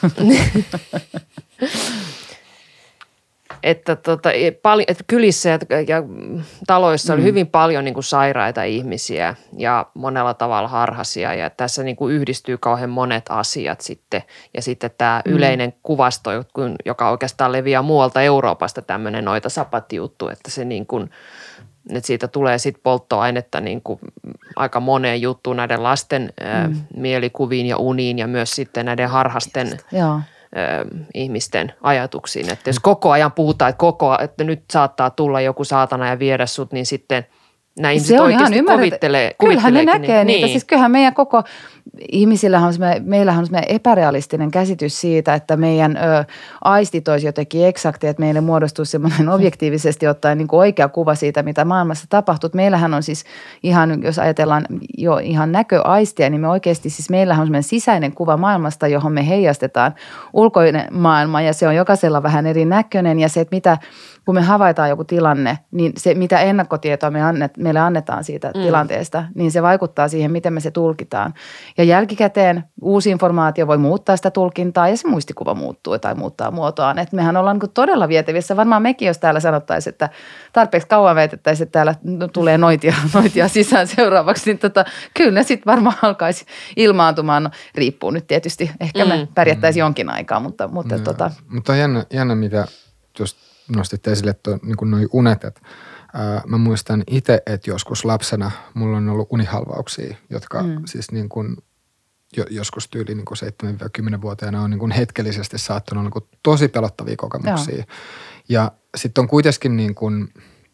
että tota, pal- et kylissä ja, ja taloissa oli mm. hyvin paljon niin kuin sairaita ihmisiä ja monella tavalla harhaisia ja tässä niin kuin yhdistyy kauhean monet asiat sitten ja sitten tämä mm. yleinen kuvasto, joka oikeastaan leviää muualta Euroopasta tämmöinen noita sapatti-juttu, että se niin kuin, että siitä tulee sitten polttoainetta niin kuin aika moneen juttuun näiden lasten mm. ä, mielikuviin ja uniin ja myös sitten näiden harhasten Joo. ihmisten ajatuksiin. Että jos koko ajan puhutaan, että, koko, että nyt saattaa tulla joku saatana ja viedä sut, niin sitten nämä ihmiset oikeasti kuvittelee. Kyllähän ne näkee niin, niitä. Niin. Siis kyllähän meidän koko ihmisillähän on meillähän on epärealistinen käsitys siitä, että meidän ö, aistit olisi jotenkin eksaktia, että meille muodostuisi semmoinen objektiivisesti ottaen niin kuin oikea kuva siitä, mitä maailmassa tapahtuu. Meillähän on siis ihan, jos ajatellaan jo ihan näköaistia, niin me oikeasti siis meillähän on semmoinen sisäinen kuva maailmasta, johon me heijastetaan ulkoinen maailma ja se on jokaisella vähän eri näköinen ja se, että mitä, kun me havaitaan joku tilanne, niin se mitä ennakkotietoa me annet, meille annetaan siitä mm. tilanteesta, niin se vaikuttaa siihen, miten me se tulkitaan. Ja jälkikäteen uusi informaatio voi muuttaa sitä tulkintaa ja se muistikuva muuttuu tai muuttaa muotoaan. Että mehän ollaan niin todella vietävissä. Varmaan mekin, jos täällä sanottaisiin, että tarpeeksi kauan väitettäisiin, että täällä tulee noitia, noitia sisään seuraavaksi, niin tota, kyllä ne sitten varmaan alkaisi ilmaantumaan. No, riippuu nyt tietysti. Ehkä mm. me pärjättäisiin jonkin aikaa, mutta, mutta, no, tota. mutta on jännä, jännä, mitä just nostit esille, että niin noi unet, että ää, mä muistan itse, että joskus lapsena mulla on ollut unihalvauksia, jotka mm. siis niin kuin jo, joskus tyyli niin kuin seitsemän-kymmenen-vuotiaana on niin kuin hetkellisesti saattanut olla niin kuin tosi pelottavia kokemuksia. Joo. Ja sitten on kuitenkin niin kuin,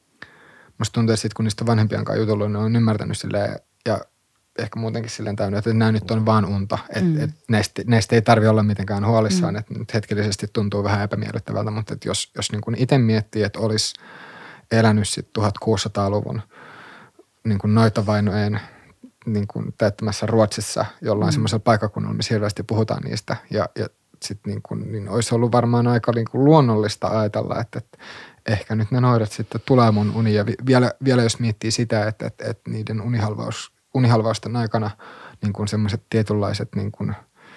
musta tuntuu, että sit, kun niistä vanhempien kanssa jutellut, ne on ymmärtänyt silleen ja ehkä muutenkin silleen täynnä, että nämä nyt on vaan unta, että mm. et näistä, näistä ei tarvitse olla mitenkään huolissaan, mm. että nyt hetkellisesti tuntuu vähän epämiellyttävältä, mutta että jos, jos niin kuin itse miettii, että olisi elänyt sitten tuhatkuusisataaluvun niin kuin noitavainojen niin kuin täyttämässä Ruotsissa jollain mm. semmoisella paikkakunnalla, missä hirveästi puhutaan niistä ja, ja sitten niin kuin, niin olisi ollut varmaan aika niin kuin luonnollista ajatella, että, että ehkä nyt ne noidat sitten tulee mun uni ja vielä, vielä jos miettii sitä, että, että, että niiden unihalvaus unihalvausten aikana niin kuin semmoiset tietynlaiset, niin kuin,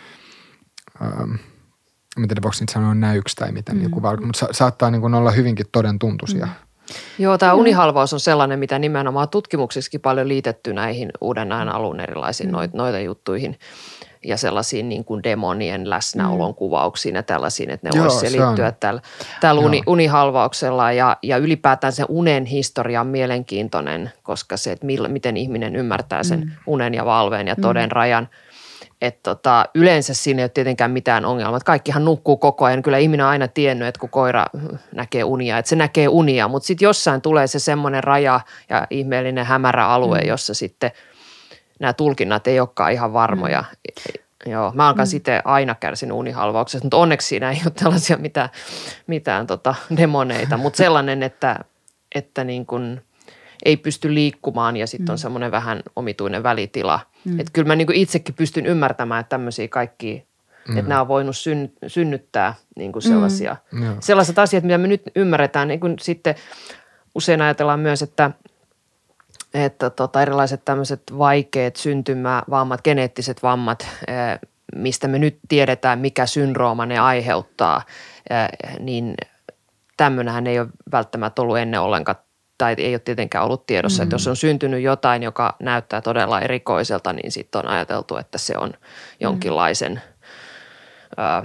ähm, en tiedä voiko niitä sanoa näyksi tai mitä, mm. niin kuin, mutta sa- saattaa niin kuin olla hyvinkin todentuntuisia. Mm. Joo, tämä unihalvaus on sellainen, mitä nimenomaan tutkimuksissakin paljon liitetty näihin uuden ajan alun erilaisiin mm. noita, noita juttuihin ja sellaisiin niin kuin demonien läsnäolon mm. kuvauksiin ja tällaisiin, että ne voisi selittyä tällä, tällä uni, unihalvauksella ja, ja ylipäätään se unen historia on mielenkiintoinen, koska se, että millä, miten ihminen ymmärtää sen mm. unen ja valveen ja toden mm. rajan. Että tota, yleensä siinä ei ole tietenkään mitään ongelmaa. Kaikkihan nukkuu koko ajan. Kyllä ihminen on aina tiennyt, että kun koira näkee unia, että se näkee unia. Mutta sitten jossain tulee se semmoinen raja ja ihmeellinen hämärä alue, mm. jossa sitten nämä tulkinnat ei olekaan ihan varmoja. Mm. Joo, mä oon mm. sitten aina kärsinyt unihalvauksesta, mutta onneksi siinä ei ole tällaisia mitään, mitään tota demoneita. Mutta sellainen, että, että niin kun ei pysty liikkumaan ja sitten on semmoinen vähän omituinen välitila. Mm. Että kyllä mä niin kuin itsekin pystyn ymmärtämään, että tämmöisiä kaikkia, mm. että nämä on voinut syn, synnyttää niin kuin sellaisia, mm. sellaiset asiat, mitä me nyt ymmärretään. Niin kuin sitten usein ajatellaan myös, että, että tota, erilaiset tämmöiset vaikeat syntymävammat, geneettiset vammat, mistä me nyt tiedetään, mikä syndrooma ne aiheuttaa, niin tämmöinenhän ei ole välttämättä ollut ennen ollenkaan tai ei ole tietenkään ollut tiedossa, mm. että jos on syntynyt jotain, joka näyttää todella erikoiselta, niin sitten on ajateltu, että se on jonkinlaisen mm. ää,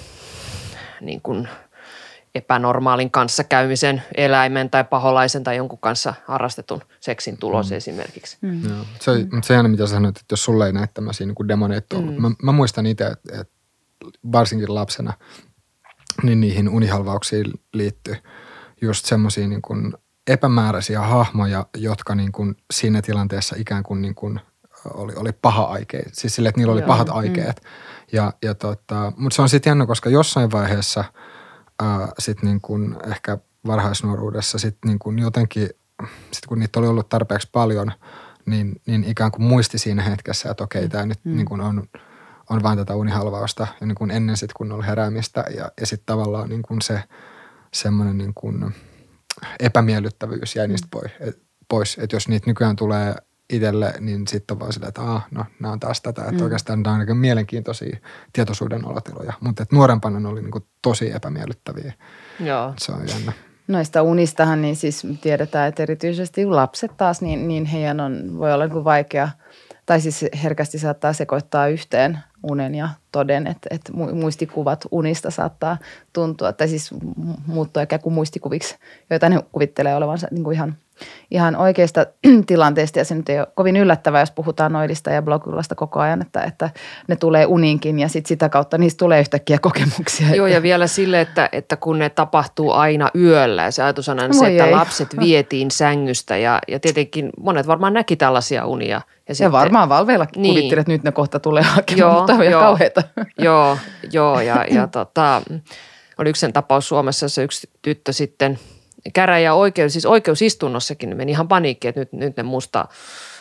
niin kuin epänormaalin kanssakäymisen eläimen tai paholaisen tai jonkun kanssa harrastetun seksin tulos mm. esimerkiksi. Mm. Joo. Se, mm. se on mitä sanoit, että jos sulle ei näe tämmöisiä niin demoneita ollut. Mm. Mä, mä muistan itse, että, että varsinkin lapsena, niin niihin unihalvauksiin liittyy just semmoisia niin kuin epämääräisiä hahmoja, jotka niin kuin siinä tilanteessa ikään kuin, niin kuin oli, oli paha-aikeet. Siis sille, että niillä oli Joo. pahat aikeet. Mm. Ja, ja tota, mutta se on sitten jännä, koska jossain vaiheessa ää, sit niin kuin ehkä varhaisnuoruudessa sit niin kuin jotenkin, sit kun niitä oli ollut tarpeeksi paljon, niin, niin ikään kuin muisti siinä hetkessä, että okei, tämä nyt mm. niin kuin on, on vain tätä unihalvausta ja niin kuin ennen sitten kunnolla heräämistä. Ja, ja sitten tavallaan niin kuin se semmoinen niin kuin epämiellyttävyys jäi niistä pois. Et, pois. Että jos niitä nykyään tulee itselle, niin sitten on vaan silleen, että ah, no nämä on taas tätä. Että mm. oikeastaan nämä on aika mielenkiintoisia tietoisuuden olotiloja. Mutta nuorempana ne oli niinku tosi epämiellyttäviä. Joo. Se on jännä. Noista unistahan niin siis tiedetään, että erityisesti lapset taas, niin, niin heidän on, voi olla niin kuin vaikea, tai siis herkästi saattaa sekoittaa yhteen unen ja toden, että, että muistikuvat unista saattaa tuntua, tai siis muuttua ikään kuin muistikuviksi, joita ne kuvittelee olevansa niin kuin ihan, ihan oikeista tilanteista. Ja se nyt ei ole kovin yllättävää, jos puhutaan noidista ja blogulasta koko ajan, että, että ne tulee uniinkin ja sit sitä kautta niistä tulee yhtäkkiä kokemuksia. Joo, ja vielä sille, että, että kun ne tapahtuu aina yöllä, ja se ajatus on aina se, että ei. lapset vietiin sängystä, ja, ja tietenkin monet varmaan näki tällaisia unia. Ja, ja sitten, varmaan Valveillakin niin. kuvittelet, että nyt ne kohta tulee hakemaan, mutta on vielä kauheata. Joo, joo, ja, ja tota, oli yksi sen tapaus Suomessa, jossa yksi tyttö sitten käräjä oikeus, siis oikeusistunnossakin meni ihan paniikki, että nyt, nyt ne musta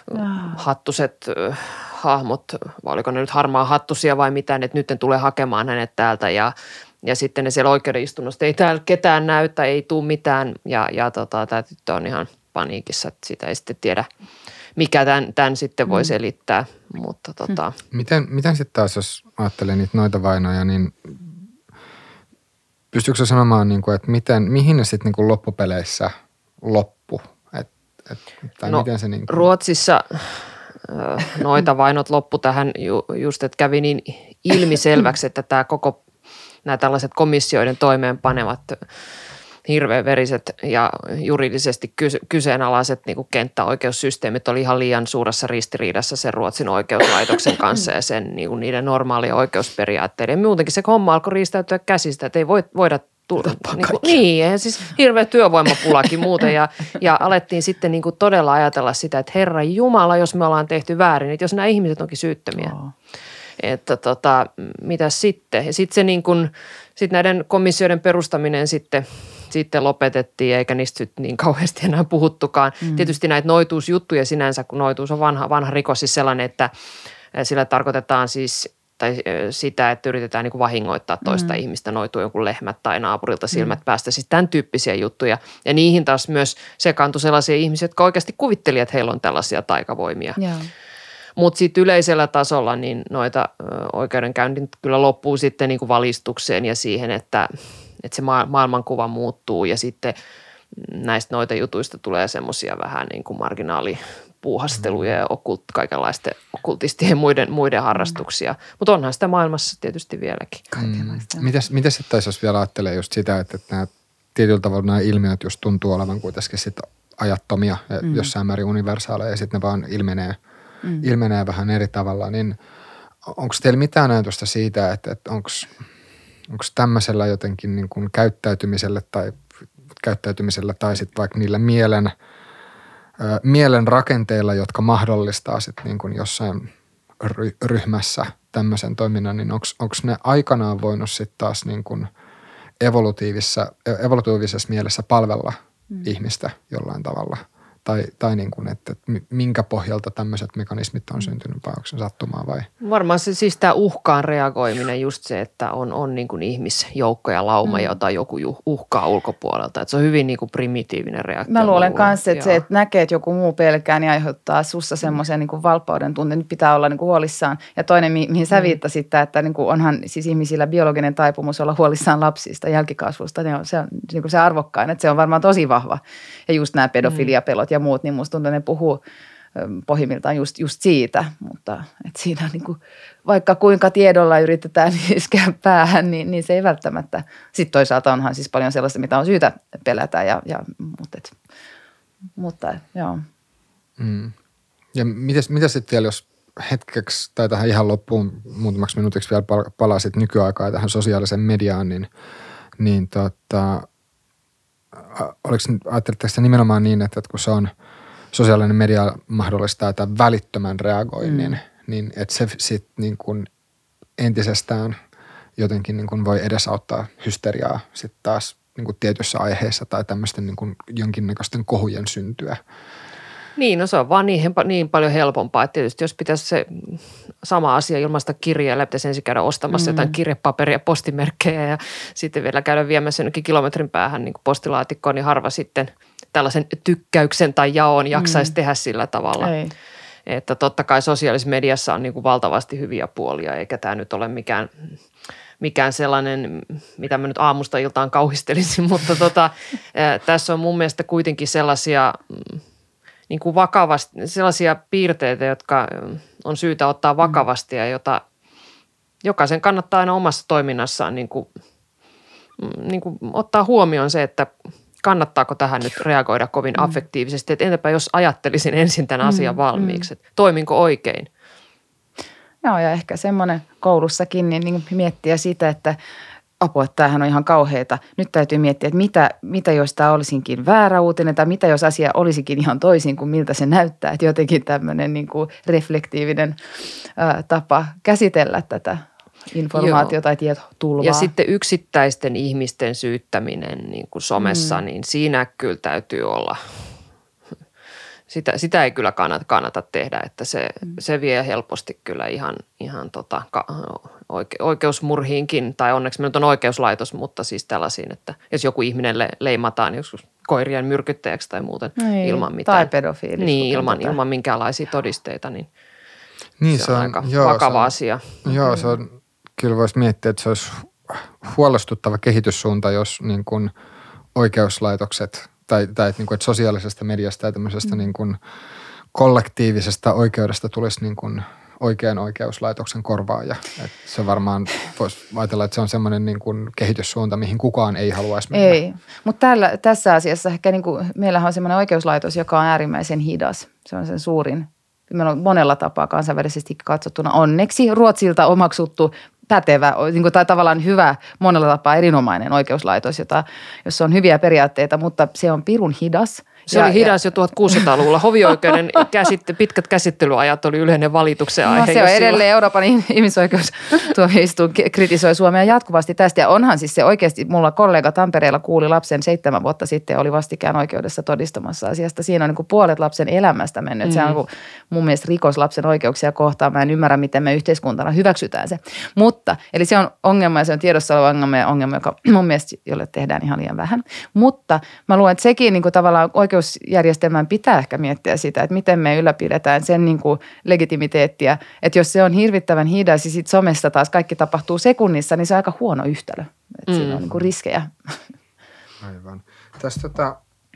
hattuset äh, hahmot, vai oliko ne nyt harmaa hattusia vai mitään, että nyt ne tulee hakemaan hänet täältä ja, ja sitten ne siellä oikeudistunnossa, ei täällä ketään näytä, ei tule mitään ja, ja tota, tämä tyttö on ihan paniikissa, että sitä ei sitten tiedä, mikä tämän, tämän sitten voi selittää, mutta tota. Miten, miten sitten taas, jos ajattelee niitä noita vainoja, niin pystyykö sanomaan, niin kuin, että miten, mihin ne sitten niin loppupeleissä loppu? Et, et, tai no, miten se niin kuin Ruotsissa noita vainot loppu tähän ju, just, että kävi niin ilmiselväksi, että tämä koko, nämä tällaiset komissioiden toimeenpanevat hirveän veriset ja juridisesti kyseenalaiset niin kuin kenttäoikeussysteemit oli ihan liian suuressa ristiriidassa sen Ruotsin oikeuslaitoksen kanssa ja sen, niin kuin niiden normaalia oikeusperiaatteiden. Ja muutenkin se homma alkoi riistäytyä käsistä, että ei voi, voida tulla. Niin, kuin, niin, eihän siis hirveä työvoimapulakin muuten ja, ja alettiin sitten niin kuin todella ajatella sitä, että Herra Jumala, jos me ollaan tehty väärin, että jos nämä ihmiset onkin syyttömiä. Oh. Että tota, mitä sitten? Ja sitten se niin kuin, sit näiden komissioiden perustaminen sitten sitten lopetettiin eikä niistä niin kauheasti enää puhuttukaan. Mm. Tietysti näitä noituusjuttuja sinänsä, kun noituus on vanha, vanha rikos, siis sellainen, että sillä tarkoitetaan siis tai sitä, että yritetään niin kuin vahingoittaa toista mm. ihmistä, noituu jonkun lehmät tai naapurilta silmät mm. päästä. Siis tämän tyyppisiä juttuja. Ja niihin taas myös sekaantui sellaisia ihmisiä, jotka oikeasti kuvittelivat, että heillä on tällaisia taikavoimia. Yeah. Mutta sitten yleisellä tasolla niin noita oikeudenkäyntit kyllä loppuu sitten niin kuin valistukseen ja siihen, että, että se maailmankuva muuttuu ja sitten näistä noita jutuista tulee semmoisia vähän niin kuin marginaalipuuhasteluja ja okult, kaikenlaisten okkultistien ja muiden, muiden harrastuksia. Mutta onhan sitä maailmassa tietysti vieläkin. Mm. Mites, mites sitten jos vielä ajattelee just sitä, että, että nämä tietyllä tavalla nämä ilmiöt just tuntuu olevan kuitenkin sit ajattomia ja mm. jossain määrin universaaleja ja sitten ne vaan ilmenee, mm. ilmenee vähän eri tavalla, niin onko teillä mitään ajatusta siitä, että, että onko tämmöisellä jotenkin niin kuin käyttäytymiselle tai käyttäytymisellä tai sitten vaikka niillä mielen, ö, mielen rakenteilla, jotka mahdollistaa sitten niin kuin jossain ry, ryhmässä tämmöisen toiminnan, niin onko ne aikanaan voinut sitten taas niin kuin evolutiivisessa, evolutiivisessa mielessä palvella mm. ihmistä jollain tavalla? Tai, tai niin kuin, että minkä pohjalta tämmöiset mekanismit on syntynyt vai onko se sattumaa vai? Varmaan se siis tämä uhkaan reagoiminen just se, että on, on niin kuin ihmisjoukko ja lauma, mm. jota joku uhkaa ulkopuolelta. Että se on hyvin niin kuin primitiivinen reaktio. Mä luulen kanssa, että se, että näkee, että joku muu pelkää, niin aiheuttaa sussa semmoisen niin kuin valppauden tunne. Nyt pitää olla niin kuin huolissaan. Ja toinen, mihin sä viittasit, että niin kuin onhan siis ihmisillä biologinen taipumus olla huolissaan lapsista, jälkikasvusta. Ne on, se on niin kuin se arvokkain, että se on varmaan tosi vahva. Ja just nämä pedofiliapelot ja muut, niin musta tuntuu, että ne puhuu pohjimmiltaan just, just siitä, mutta että siinä niin kuin, vaikka kuinka tiedolla yritetään iskeä päähän, niin, niin se ei välttämättä. Sitten toisaalta onhan siis paljon sellaista, mitä on syytä pelätä, ja, ja, mutta, et, mutta joo. Mm. Ja mitäs, mitäs sitten vielä, jos hetkeksi tai tähän ihan loppuun muutamaksi minuutiksi vielä palasit nykyaikaa tähän sosiaaliseen mediaan, niin, niin tota, oliko, ajatteletteko se nimenomaan niin, että kun se on sosiaalinen media mahdollistaa tämän välittömän reagoinnin, mm. niin että se sitten niin kuin entisestään jotenkin niin kuin voi edesauttaa hysteriaa sitten taas niin kuin tietyissä aiheissa tai tämmöisten niin kuin jonkinnäköisten kohujen syntyä. Niin, no se on vaan niin, niin paljon helpompaa, että tietysti jos pitäisi se sama asia ilmaista kirjeellä, pitäisi ensin käydä ostamassa mm. jotain kirjepaperia, postimerkkejä ja sitten vielä käydä viemässä jonnekin kilometrin päähän niin kuin postilaatikkoon, niin harva sitten tällaisen tykkäyksen tai jaon jaksaisi mm. tehdä sillä tavalla. Ei. Että totta kai sosiaalisessa mediassa on niin kuin valtavasti hyviä puolia, eikä tämä nyt ole mikään, mikään sellainen, mitä mä nyt aamusta iltaan kauhistelisin, mutta tota, tässä on mun mielestä kuitenkin sellaisia niin kuin vakavasti, sellaisia piirteitä, jotka on syytä ottaa vakavasti ja jota jokaisen kannattaa aina omassa toiminnassaan niin kuin, niin kuin ottaa huomioon se, että kannattaako tähän nyt reagoida kovin mm. affektiivisesti, että entäpä jos ajattelisin ensin tämän asian mm. valmiiksi, että toiminko oikein? Joo, ja ehkä semmoinen koulussakin niin, niin miettiä sitä, että apua, että tämähän on ihan kauheata. Nyt täytyy miettiä, että mitä, mitä jos tämä olisinkin väärä uutinen tai mitä jos asia olisikin ihan toisin kuin miltä se näyttää. Että jotenkin tämmöinen niin kuin reflektiivinen ää, tapa käsitellä tätä informaatio- tai tietotulvaa. Ja sitten yksittäisten ihmisten syyttäminen niin kuin somessa, mm. niin siinä kyllä täytyy olla, sitä, sitä ei kyllä kannata, kannata tehdä, että se, mm. se vie helposti kyllä ihan, ihan tota, oike, oikeusmurhiinkin, tai onneksi me nyt on oikeuslaitos, mutta siis tällaisiin, että jos joku ihminen le, leimataan joskus koirien myrkyttäjäksi tai muuten ei, ilman mitään. Tai pedofiilis. Niin, ilman, ilman minkäänlaisia todisteita, niin, niin se, se on, on aika joo, vakava se on, asia. Joo, se on. Kyllä voisi miettiä, että se olisi huolestuttava kehityssuunta, jos niin kuin oikeuslaitokset tai, tai että, niin kuin, että sosiaalisesta mediasta ja tämmöisestä mm. niin kuin kollektiivisesta oikeudesta tulisi niin kuin oikean oikeuslaitoksen korvaaja. Että se varmaan voisi ajatella, että se on semmoinen niin kuin kehityssuunta, mihin kukaan ei haluaisi mennä. Ei, mutta tässä asiassa ehkä niin kuin, meillähän on semmoinen oikeuslaitos, joka on äärimmäisen hidas. Se on sen suurin. Meillä on monella tapaa kansainvälisesti katsottuna onneksi Ruotsilta omaksuttu pätevä niin tai tavallaan hyvä, monella tapaa erinomainen oikeuslaitos, jota, jossa on hyviä periaatteita, mutta se on pirun hidas. Se ja, oli hidas ja, jo tuhatkuusisataaluvulla. Hovioikeuden käsitte, pitkät käsittelyajat oli yleinen valituksen aihe. No, se on edelleen silloin. Euroopan ihmisoikeustuomioistuin kritisoi Suomea jatkuvasti tästä. Ja onhan siis se oikeasti, mulla kollega Tampereella kuuli lapsen seitsemän vuotta sitten ja oli vastikään oikeudessa todistamassa asiasta. Siinä on niin kuin puolet lapsen elämästä mennyt. Mm. Se on niin mun mielestä rikos lapsen oikeuksia kohtaan. Mä en ymmärrä, miten me yhteiskuntana hyväksytään se. Mutta, eli se on ongelma ja se on tiedossa oleva ongelma ja ongelma, joka mun mielestä jolle tehdään ihan liian vähän. Mutta mä luulen, että sekin niin kuin tavallaan oikeus oikeusjärjestelmän pitää ehkä miettiä sitä, että miten me ylläpidetään sen niin kuin legitimiteettiä. Että jos se on hirvittävän hidas ja sitten somessa taas kaikki tapahtuu sekunnissa, niin se on aika huono yhtälö. Että mm. siinä on niin kuin riskejä. Aivan. Tässä tota,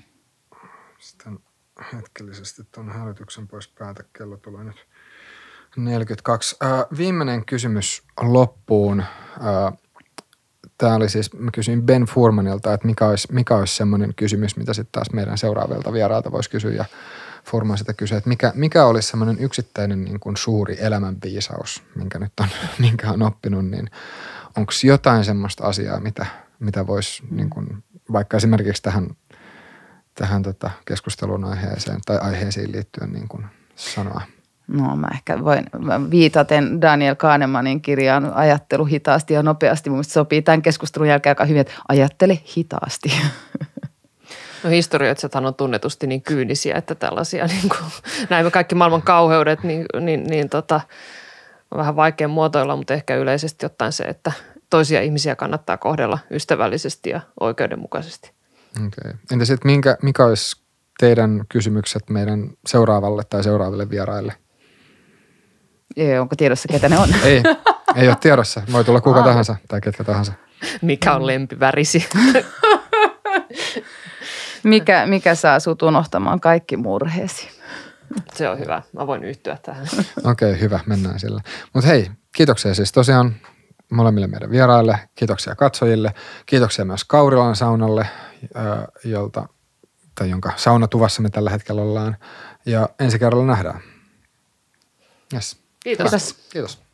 hetkellisesti tuon hälytyksen pois päältä. Kello tulee nyt neljäkymmentäkaksi. Äh, viimeinen kysymys loppuun. Äh, Tämä oli siis, mä kysyin Ben Furmanilta, että mikä olisi, mikä olisi semmoinen kysymys, mitä sitten taas meidän seuraavilta vierailta voisi kysyä. Ja Furman sitä kysyi, että mikä, mikä olisi semmoinen yksittäinen niin kuin suuri elämänviisaus, minkä nyt on, minkä on oppinut, niin onko jotain semmoista asiaa, mitä, mitä voisi niin kuin, vaikka esimerkiksi tähän, tähän tota keskustelun aiheeseen tai aiheisiin liittyen niin kuin sanoa? No mä ehkä voin viitaten Daniel Kahnemanin kirjaan Ajattelu hitaasti ja nopeasti. Mun mielestä sopii tämän keskustelun jälkeen aika hyvin, että ajattele hitaasti. No historioitsijathan on tunnetusti niin kyynisiä, että tällaisia niin kuin, näemme kaikki maailman kauheudet, niin, niin, niin tota, on vähän vaikea muotoilla, mutta ehkä yleisesti ottaen se, että toisia ihmisiä kannattaa kohdella ystävällisesti ja oikeudenmukaisesti. Okay. Entä sitten minkä, mikä olisi teidän kysymykset meidän seuraavalle tai seuraaville vieraille? Ei, onko tiedossa, ketä ne on? Ei, ei ole tiedossa. Voi tulla kuka tahansa tai ketkä tahansa. Mikä on lempivärisi? mikä, mikä saa sut unohtamaan kaikki murheesi? Se on hyvä. Mä voin yhtyä tähän. Okei, okay, hyvä. Mennään sillä. Mutta hei, kiitoksia siis tosiaan molemmille meidän vieraille. Kiitoksia katsojille. Kiitoksia myös Kaurilan saunalle, jolta, tai jonka saunatuvassa me tällä hetkellä ollaan. Ja ensi kerralla nähdään. Yes. Kiitos. Kiitos. Kiitos.